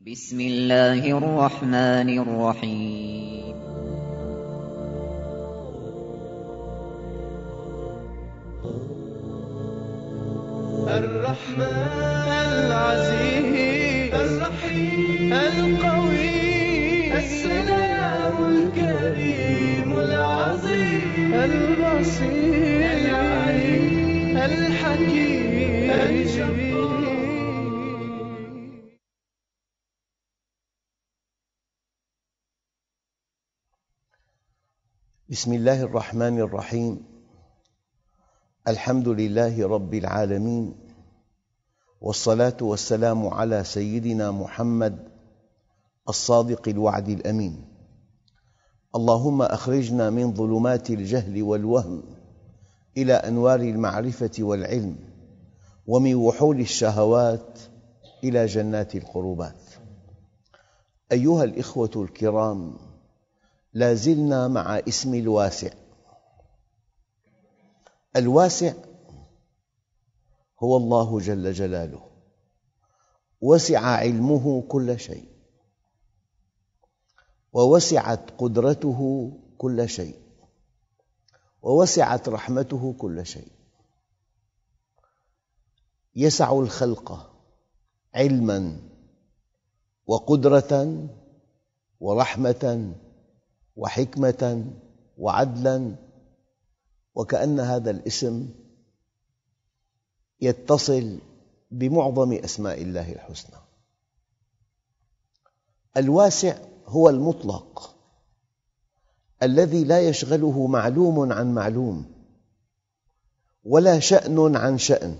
بسم الله الرحمن الرحيم. الرحمن العزيز الرحيم القوي السلام الكريم العظيم البصير العليم الحكيم الجبار. بسم الله الرحمن الرحيم. الحمد لله رب العالمين، والصلاة والسلام على سيدنا محمد الصادق الوعد الأمين. اللهم أخرجنا من ظلمات الجهل والوهم إلى أنوار المعرفة والعلم، ومن وحول الشهوات إلى جنات القربات. أيها الإخوة الكرام، لا زلنا مع اسم الواسع. الواسع هو الله جل جلاله، وسع علمه كل شيء، ووسعت قدرته كل شيء، ووسعت رحمته كل شيء. يسع الخلق علماً وقدرة ورحمة وحكمة وعدلاً، وكأن هذا الاسم يتصل بمعظم أسماء الله الحسنى. الواسع هو المطلق الذي لا يشغله معلوم عن معلوم، ولا شأن عن شأن،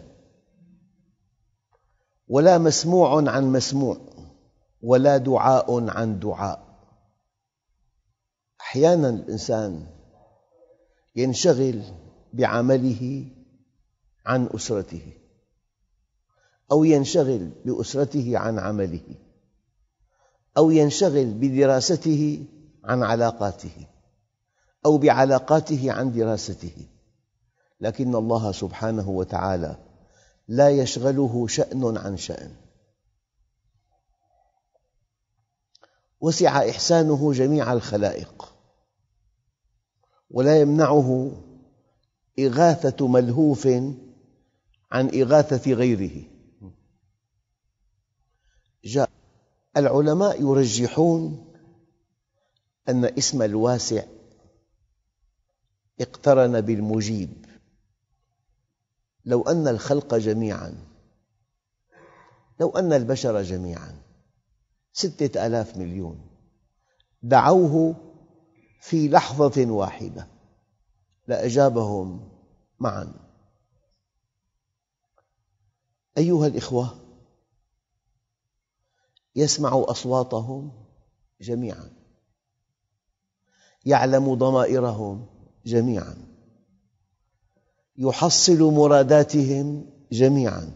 ولا مسموع عن مسموع، ولا دعاء عن دعاء. أحياناً الإنسان ينشغل بعمله عن أسرته، أو ينشغل بأسرته عن عمله، أو ينشغل بدراسته عن علاقاته، أو بعلاقاته عن دراسته. لكن الله سبحانه وتعالى لا يشغله شأن عن شأن. وسع إحسانه جميع الخلائق، ولا يمنعه إغاثة ملهوف عن إغاثة غيره. العلماء يرجحون أن اسم الواسع اقترن بالمجيب. لو أن الخلق جميعاً، لو أن البشر جميعاً 6,000 مليون دعوه في لحظة واحدة لأجابهم معاً. أيها الإخوة، يسمع أصواتهم جميعاً، يعلم ضمائرهم جميعاً، يحصل مراداتهم جميعاً.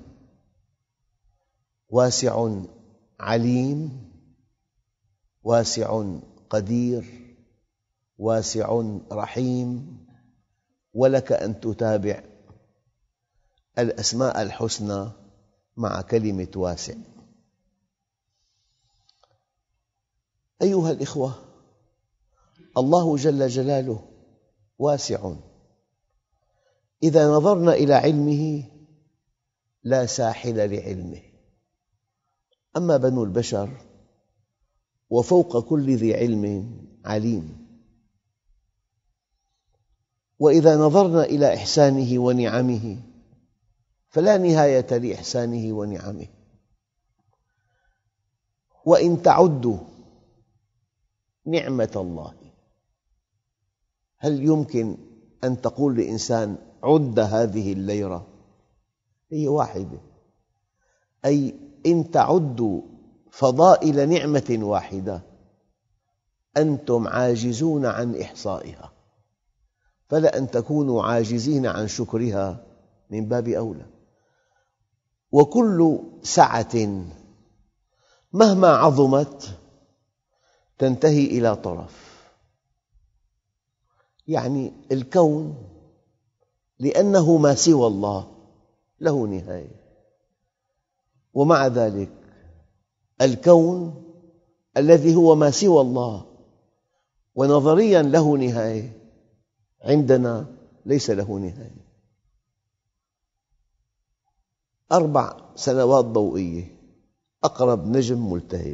واسع عليم، واسع قدير، واسع رحيم. ولك أن تتابع الأسماء الحسنى مع كلمة واسع. أيها الإخوة، الله جل جلاله واسع. إذا نظرنا إلى علمه لا ساحل لعلمه. أما بنو البشر وفوق كل ذي علم عليم. وإذا نظرنا إلى إحسانه ونعمه فلا نهاية لإحسانه ونعمه. وإن تعدوا نعمة الله، هل يمكن أن تقول لإنسان عد هذه الليرة؟ هي واحدة. أي إن تعدوا فضائل نعمة واحدة أنتم عاجزون عن إحصائها، فلا أن تكونوا عاجزين عن شكرها من باب أولى. وكل سعة مهما عظمت تنتهي إلى طرف. يعني الكون لأنه ما سوى الله له نهاية، ومع ذلك الكون الذي هو ما سوى الله ونظرياً له نهاية، عندنا ليس له نهاية. 4 سنوات ضوئية أقرب نجم ملتهب.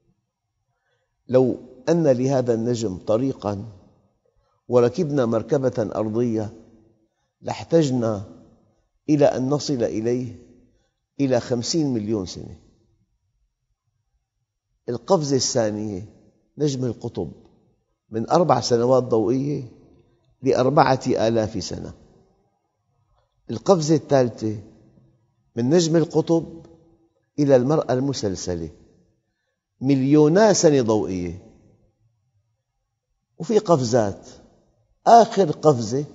لو أن لهذا النجم طريقاً وركبنا مركبة أرضية لاحتجنا إلى أن نصل إليه إلى 50 مليون سنة. القفزة الثانية نجم القطب من 4 سنوات ضوئية ل4000 سنة. القفزة الثالثة من نجم القطب إلى المرأة المسلسلة مليونا سنة ضوئية. وفي قفزات، آخر قفزة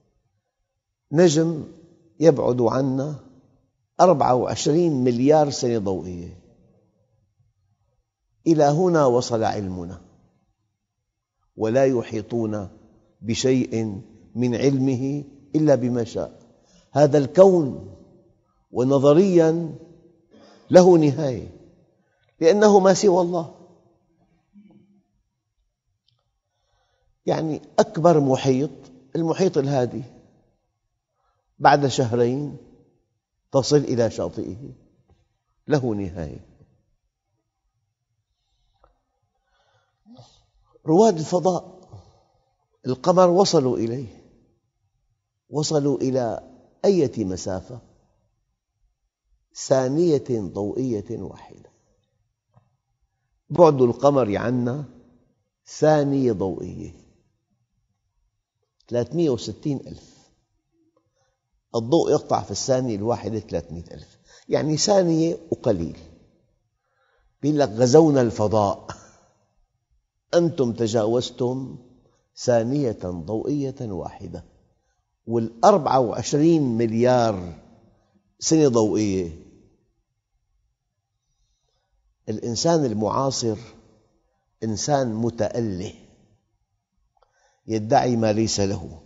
نجم يبعد عنا 24 مليار سنة ضوئية. إلى هنا وصل علمنا، ولا يحيطون بشيء من علمه إلا بما شاء. هذا الكون ونظرياً له نهاية لأنه ما سوى الله. يعني أكبر محيط المحيط الهادي، بعد شهرين تصل إلى شاطئه، له نهاية. رواد الفضاء القمر وصلوا إليه، وصلوا إلى أية مسافة؟ ثانية ضوئية واحدة. بعد القمر عنا ثانية ضوئية 360,000. الضوء يقطع في الثانية الواحدة 300,000، يعني ثانية وقليل. يقول لك غزونا الفضاء، أنتم تجاوزتم ثانية ضوئية واحدة، وال24 مليار سنة ضوئية. الإنسان المعاصر إنسان متأله يدعي ما ليس له.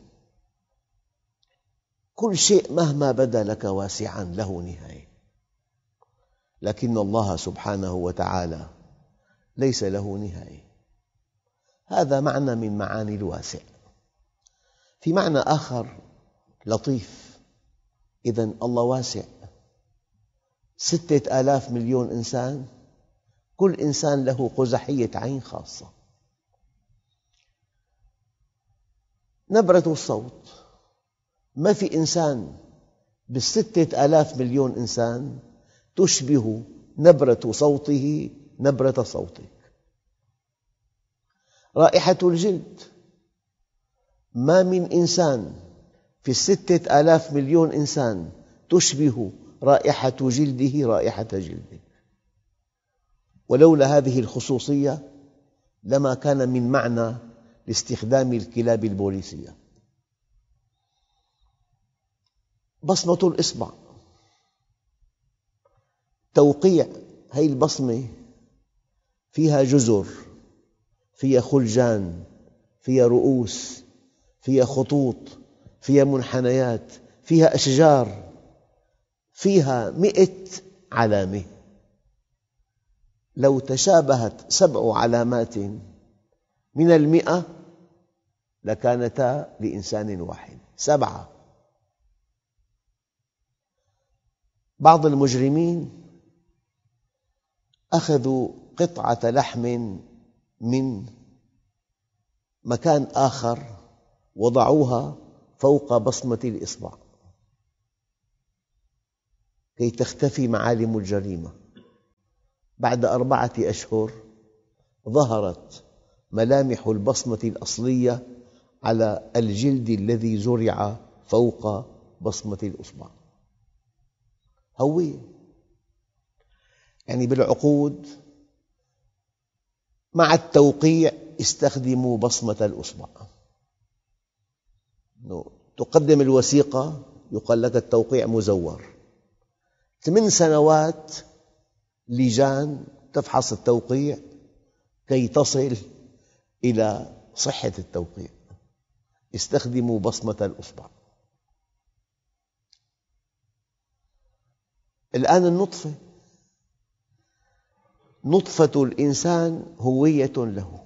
كل شيء مهما بدا لك واسعاً له نهاية، لكن الله سبحانه وتعالى ليس له نهاية. هذا معنى من معاني الواسع. في معنى آخر لطيف، إذن الله واسع. 6,000 مليون إنسان، كل إنسان له قزحية عين خاصة. نبرة الصوت، ما في إنسان بال6,000 مليون إنسان تشبه نبرة صوته نبرة صوتك. رائحة الجلد، ما من إنسان في 6,000 مليون إنسان تشبه رائحة جلده رائحة جلدك. ولولا هذه الخصوصية لما كان من معنى لاستخدام الكلاب البوليسية. بصمة الإصبع، توقيع. هذه البصمة فيها جزر، فيها خلجان، فيها رؤوس، فيها خطوط، فيها منحنيات، فيها أشجار، فيها 100 علامة. لو تشابهت 7 علامات من 100 لكانتا لإنسان واحد. 7. بعض المجرمين أخذوا قطعة لحم من مكان آخر وضعوها فوق بصمة الإصبع كي تختفي معالم الجريمة. بعد 4 أشهر ظهرت ملامح البصمة الأصلية على الجلد الذي زرع فوق بصمة الإصبع. هوية. يعني بالعقود مع التوقيع استخدموا بصمة الإصبع. تقدم الوثيقة يقال لك التوقيع مزور. 8 سنوات لجان تفحص التوقيع كي تصل إلى صحة التوقيع. استخدموا بصمة الإصبع. الآن النطفة نطفة الإنسان هوية له.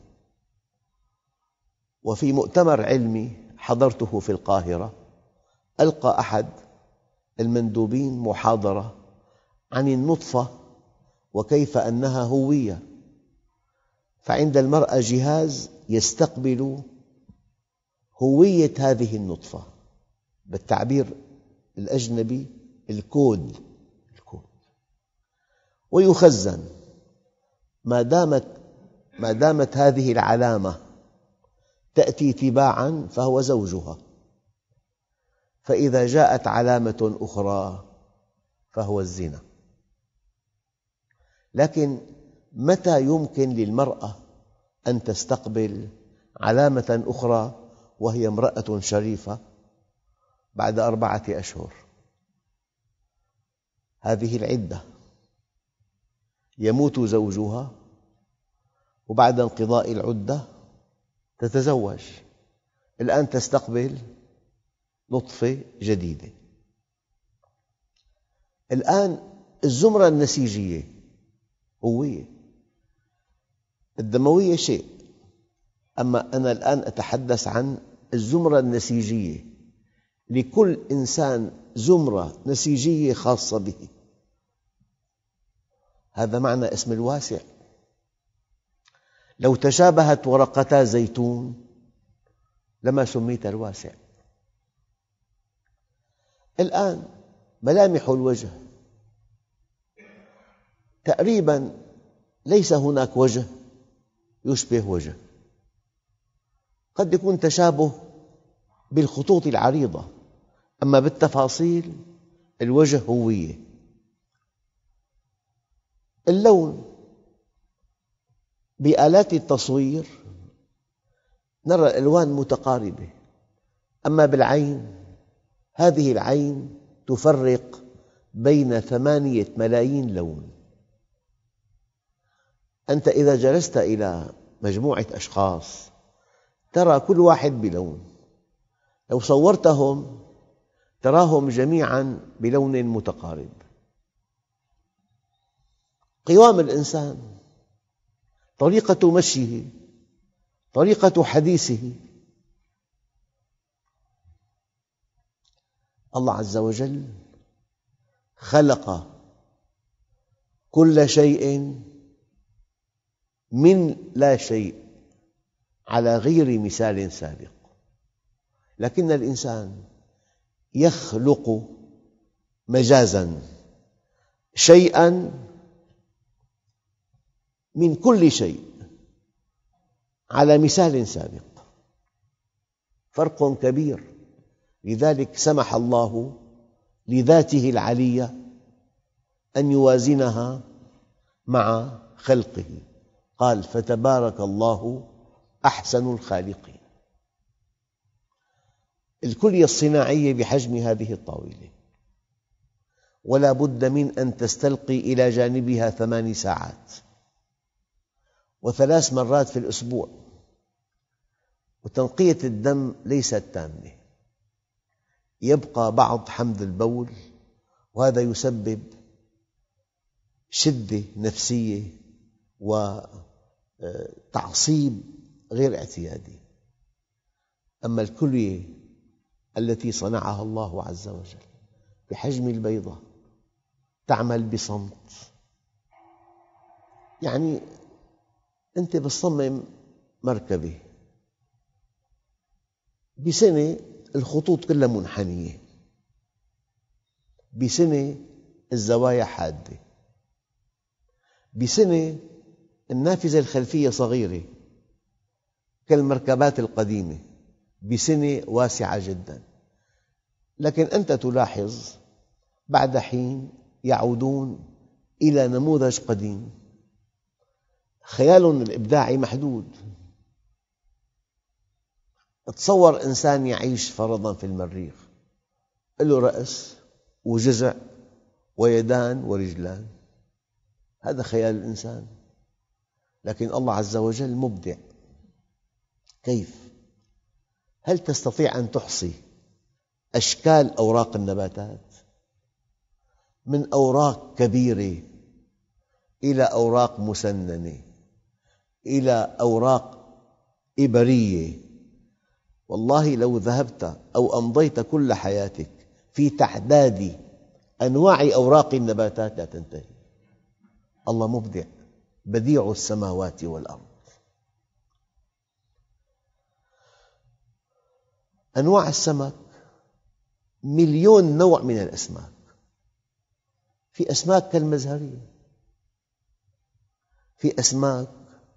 وفي مؤتمر علمي حضرته في القاهرة، ألقى أحد المندوبين محاضرة عن النطفة وكيف أنها هوية. فعند المرأة جهاز يستقبل هوية هذه النطفة، بالتعبير الأجنبي الكود، ويخزن. ما دامت هذه العلامة تأتي تباعاً فهو زوجها، فإذا جاءت علامة أخرى فهو الزنا. لكن متى يمكن للمرأة أن تستقبل علامة أخرى وهي امرأة شريفة؟ بعد 4 أشهر. هذه العدة، يموت زوجها وبعد انقضاء العدة تتزوج. الآن تستقبل نطفة جديدة. الآن الزمرة النسيجية هوية، الدموية شيء، أما أنا الآن أتحدث عن الزمرة النسيجية. لكل إنسان زمرة نسيجية خاصة به. هذا معنى اسم الواسع. لو تشابهت ورقتا زيتون لما سميت الواسع. الآن ملامح الوجه تقريباً ليس هناك وجه يشبه وجه. قد يكون تشابه بالخطوط العريضة، أما بالتفاصيل الوجه هوية. اللون بآلات التصوير نرى الألوان متقاربة، أما بالعين هذه العين تفرق بين 8 ملايين لون. أنت إذا جلست إلى مجموعة أشخاص ترى كل واحد بلون، لو صورتهم تراهم جميعاً بلون متقارب. قوام الإنسان، طريقة مشيه، طريقة حديثه. الله عز وجل خلق كل شيء من لا شيء على غير مثال سابق. لكن الإنسان يخلق مجازاً شيئاً من كل شيء على مثال سابق. فرق كبير. لذلك سمح الله لذاته العلية أن يوازنها مع خلقه، قال: فتبارك الله أحسن الخالقين. الكلية الصناعية بحجم هذه الطاولة، ولا بد من أن تستلقي إلى جانبها 8 ساعات و3 مرات في الأسبوع، وتنقية الدم ليست تامة، يبقى بعض حمض البول، وهذا يسبب شدة نفسية وتعصيب غير اعتيادي. أما الكلية التي صنعها الله عز وجل بحجم البيضة تعمل بصمت. يعني أنت بتصمم مركبة، بسنة الخطوط كلها منحنية، بسنة الزوايا حادة، بسنة النافذة الخلفية صغيرة كالمركبات القديمة، بسنة واسعة جداً. لكن أنت تلاحظ بعد حين يعودون إلى نموذج قديم. خيالهم الإبداعي محدود. تصور إنسان يعيش فرضاً في المريخ، له رأس وجذع ويدان ورجلان، هذا خيال الإنسان. لكن الله عز وجل مبدع. كيف؟ هل تستطيع أن تحصي أشكال أوراق النباتات؟ من أوراق كبيرة إلى أوراق مسننة، إلى أوراق إبرية. والله لو ذهبت أو أمضيت كل حياتك في تعداد أنواع أوراق النباتات لا تنتهي. الله مبدع، بديع السماوات والأرض. أنواع السمك 1,000,000 نوع من الأسماك. في أسماك كالمزهرية، في أسماك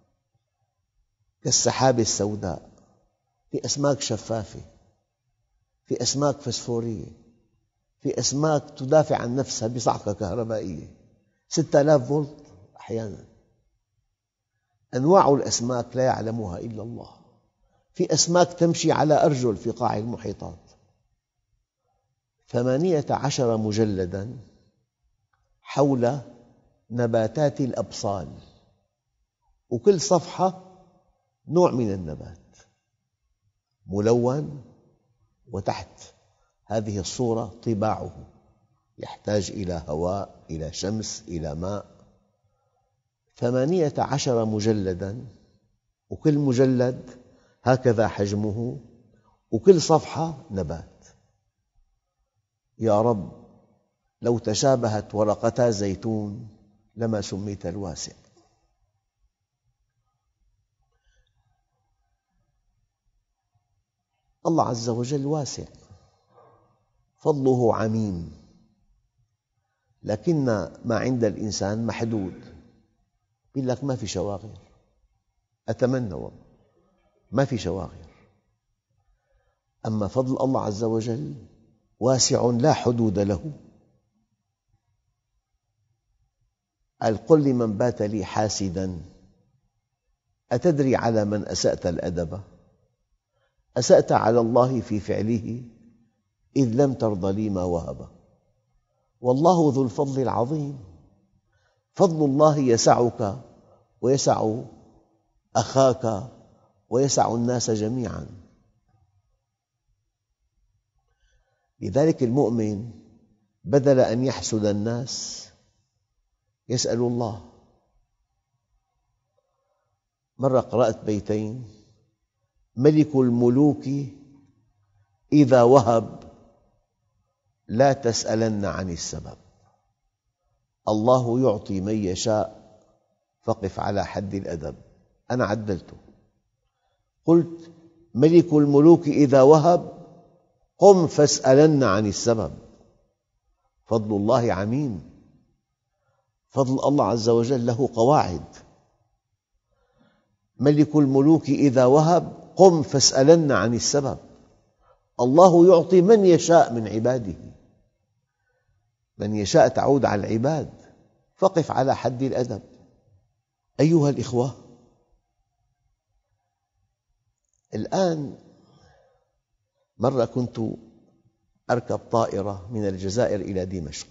كالسحابة السوداء، في أسماك شفافة، في أسماك فسفورية، في أسماك تدافع عن نفسها بصعقة كهربائية 6000 فولت أحياناً. أنواع الأسماك لا يعلمها إلا الله. في أسماك تمشي على أرجل في قاع المحيطات. 18 مجلداً حول نباتات الأبصال، وكل صفحة نوع من النبات ملون، وتحت هذه الصورة طباعه، يحتاج إلى هواء، إلى شمس، إلى ماء. 18 مجلداً، وكل مجلد هكذا حجمه، وكل صفحة نبات. يا رب لو تشابهت ورقتا زيتون لما سميت الواسع. الله عز وجل واسع، فضله عميم، لكن ما عند الإنسان محدود. يقول لك ما في شواغر، أتمنى والله ما في شواغر. أما فضل الله عز وجل واسع لا حدود له. قل لمن بات لي حاسداً أتدري على من أسأت الأدب؟ أسأت على الله في فعله إذ لم ترض لي ما وهب. والله ذو الفضل العظيم، فضل الله يسعك ويسع أخاك ويسع الناس جميعاً. لذلك المؤمن بدل أن يحسد الناس يسأل الله. مرة قرأت بيتين: ملك الملوك إذا وهب لا تسألن عن السبب. الله يعطي من يشاء فقف على حد الأدب. أنا عدلته، قلت ملك الملوك إذا وهب قم فاسألن عن السبب. فضل الله عميم، فضل الله عز وجل له قواعد. ملك الملوك إذا وهب قم فاسألن عن السبب. الله يعطي من يشاء من عباده، من يشاء تعود على العباد، فقف على حد الأدب. أيها الإخوة، الآن مرة كنت أركب طائرة من الجزائر إلى دمشق.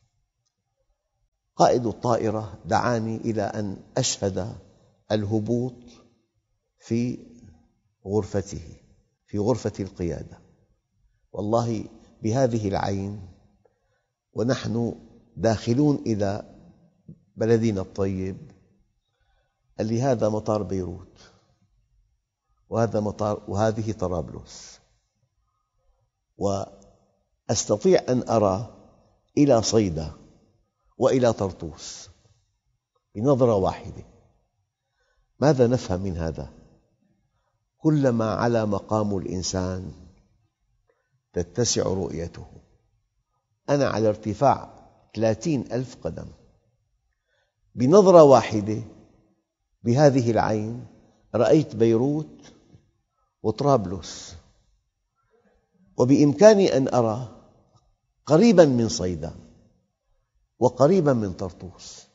قائد الطائرة دعاني إلى أن أشهد الهبوط في غرفته، في غرفة القيادة. والله بهذه العين ونحن داخلون إلى بلدنا الطيب، قال لي هذا مطار بيروت، وهذه طرابلس، وأستطيع أن أرى إلى صيدا وإلى طرطوس بنظرة واحدة. ماذا نفهم من هذا؟ كلما علا مقام الإنسان تتسع رؤيته. أنا على ارتفاع 30,000 قدم، بنظرة واحدة بهذه العين رأيت بيروت وطرابلس، وبإمكاني أن أرى قريباً من صيدا وقريباً من طرطوس.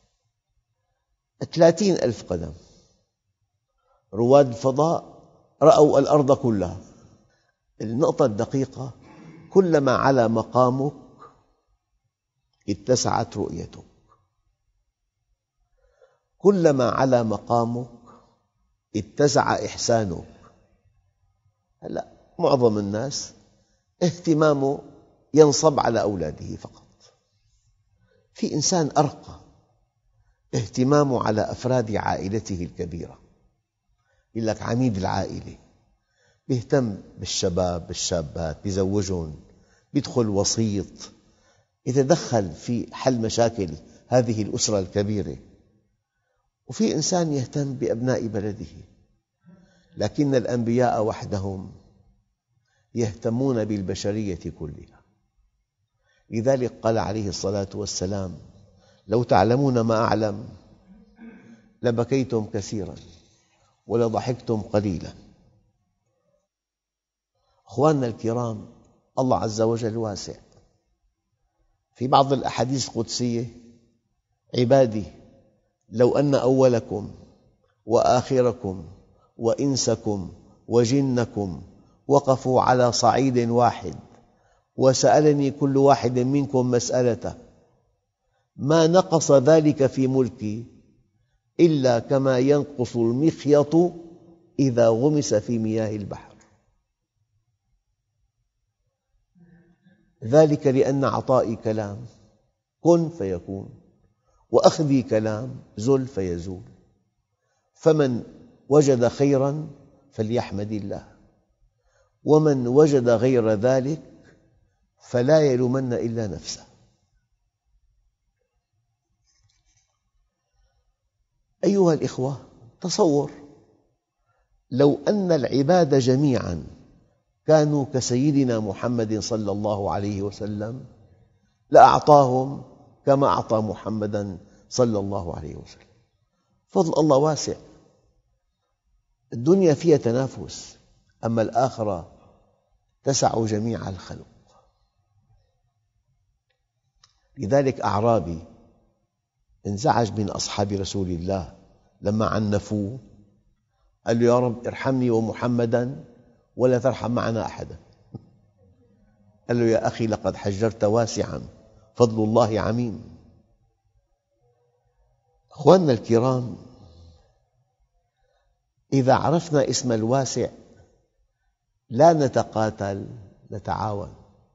30,000 قدم. رواد الفضاء رأوا الأرض كلها. النقطة الدقيقة: كلما علا مقامك اتسعت رؤيتك، كلما علا مقامك اتسع إحسانك. هلأ معظم الناس اهتمامه ينصب على أولاده فقط. في إنسان أرقى، اهتمامه على أفراد عائلته الكبيرة. يقول لك عميد العائلة، يهتم بالشباب بالشابات، يزوجهم، يدخل وسيط، يتدخل في حل مشاكل هذه الأسرة الكبيرة. وفي إنسان يهتم بأبناء بلده، لكن الأنبياء وحدهم يهتمون بالبشرية كلها. لذلك قال عليه الصلاة والسلام: لو تعلمون ما أعلم لبكيتم كثيرا ولضحكتم قليلا. أخواننا الكرام، الله عز وجل واسع. في بعض الأحاديث القدسية: عبادي لو أن أولكم وآخركم وإنسكم وجنكم وقفوا على صعيد واحد وسألني كل واحد منكم مسألة ما نقص ذلك في ملكي إلا كما ينقص المخيط إذا غمس في مياه البحر. ذلك لأن عطائي كلام كن فيكون، وأخذي كلام زل فيزول. فمن وجد خيراً فليحمد الله، ومن وجد غير ذلك فلا يلومن إلا نفسه. أيها الإخوة، تصور لو أن العباد جميعاً كانوا كسيدنا محمد صلى الله عليه وسلم لأعطاهم كما أعطى محمداً صلى الله عليه وسلم. فضل الله واسع. الدنيا فيها تنافس، أما الآخرة تسع جميع الخلق. لذلك أعرابي انزعج من أصحاب رسول الله لما عنفوه، قال له: يا رب ارحمني ومحمداً ولا ترحم معنا أحدا. قال له: يا أخي لقد حجرت واسعاً، فضل الله عميم. أخواننا الكرام، إذا عرفنا اسم الواسع لا نتقاتل، نتعاون.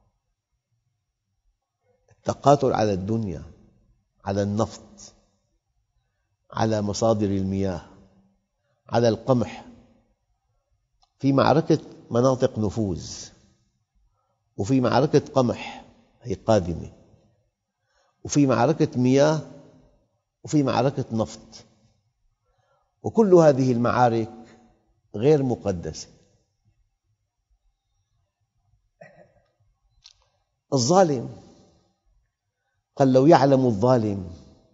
التقاتل على الدنيا، على النفط، على مصادر المياه، على القمح، في معركة مناطق نفوذ، وفي معركة قمح هي قادمة، وفي معركة مياه، وفي معركة نفط. وكل هذه المعارك غير مقدسة. الظالم قال: لو يعلم الظالم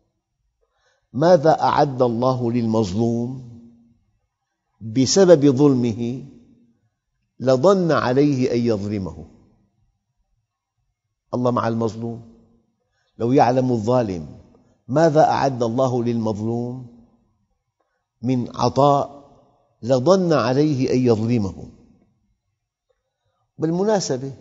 ماذا أعد الله للمظلوم بسبب ظلمه لظن عليه أن يظلمه. الله مع المظلوم. لو يعلم الظالم ماذا أعد الله للمظلوم من عطاء لظن عليه أن يظلمه. بالمناسبة،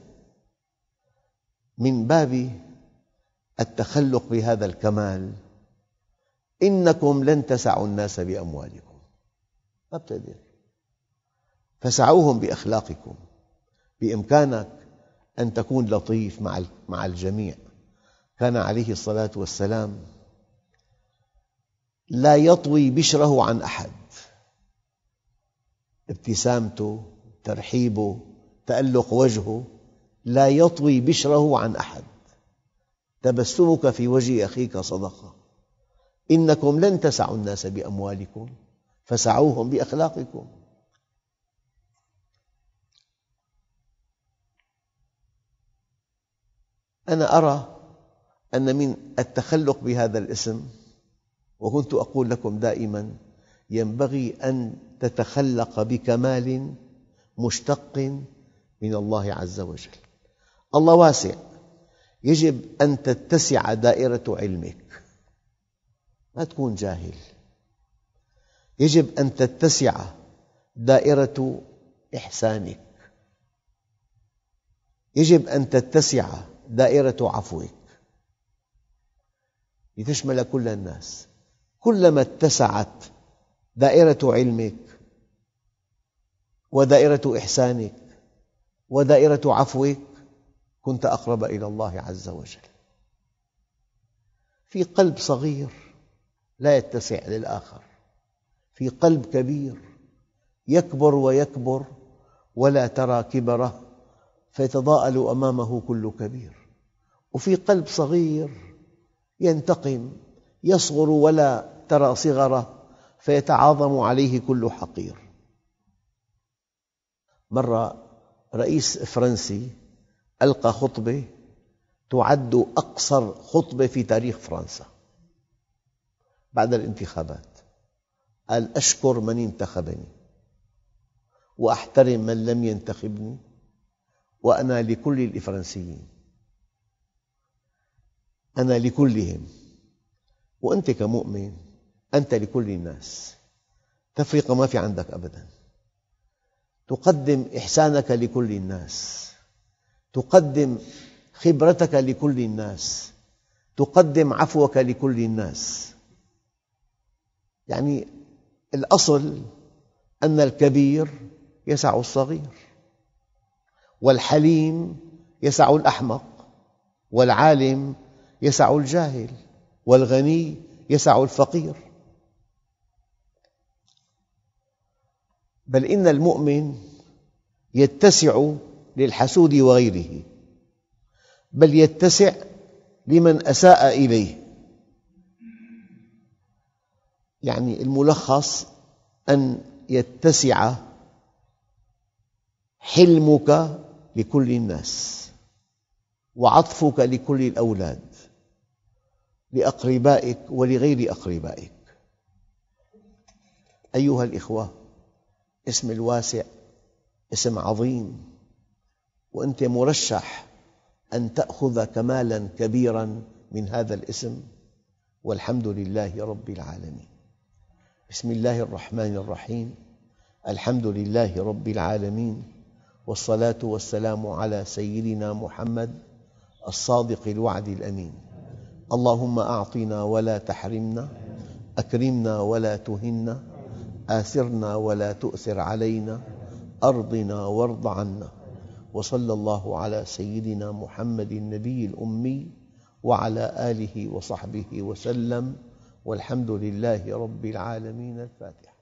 من باب التخلق بهذا الكمال: إنكم لن تسعوا الناس بأموالكم، ما بتقدر، فسعوهم بأخلاقكم. بإمكانك أن تكون لطيف مع الجميع. كان عليه الصلاة والسلام لا يطوي بشره عن أحد. ابتسامته، ترحيبه، تألق وجهه، لا يطوي بشره عن أحد. تبسمك في وجه أخيك صدقة. إنكم لن تسعوا الناس بأموالكم فسعوهم بأخلاقكم. أنا أرى أن من التخلق بهذا الاسم، وكنت أقول لكم دائماً: ينبغي أن تتخلق بكمال مشتق من الله عز وجل. الله واسع، يجب أن تتسع دائرة علمك، ما تكون جاهل. يجب أن تتسع دائرة إحسانك، يجب أن تتسع دائرة عفوك لتشمل كل الناس. كلما اتسعت دائرة علمك ودائرة إحسانك ودائرة عفوك كنت أقرب إلى الله عز وجل. في قلب صغير لا يتسع للآخر. في قلب كبير يكبر ويكبر ولا ترى كبره فيتضاءل أمامه كل كبير، وفي قلب صغير ينتقم يصغر ولا ترى صغره فيتعاظم عليه كل حقير. مرة رئيس فرنسي ألقى خطبة تعد أقصر خطبة في تاريخ فرنسا بعد الانتخابات. قال: أشكر من انتخبني وأحترم من لم ينتخبني، وأنا لكل الفرنسيين، أنا لكلهم، وأنت كمؤمن أنت لكل الناس، تفرقة ما في عندك أبداً. تقدم إحسانك لكل الناس، تقدم خبرتك لكل الناس، تقدم عفوك لكل الناس. يعني الأصل أن الكبير يسع الصغير، والحليم يسع الأحمق، والعالم يسع الجاهل، والغني يسع الفقير. بل إن المؤمن يتسع للحسود وغيره، بل يتسع لمن أساء إليه. يعني الملخص أن يتسع حلمك لكل الناس، وعطفك لكل الأولاد، لأقربائك ولغير أقربائك. أيها الإخوة، اسم الواسع اسم عظيم، وأنت مرشح أن تأخذ كمالاً كبيراً من هذا الاسم، والحمد لله رب العالمين. بسم الله الرحمن الرحيم. الحمد لله رب العالمين، والصلاة والسلام على سيدنا محمد الصادق الوعد الأمين. اللهم أعطنا ولا تحرمنا، أكرمنا ولا تهنا، آثرنا ولا تؤثر علينا، أرضنا وارض عنا. وصلى الله على سيدنا محمد النبي الأمي وعلى آله وصحبه وسلم، والحمد لله رب العالمين. الفاتحة.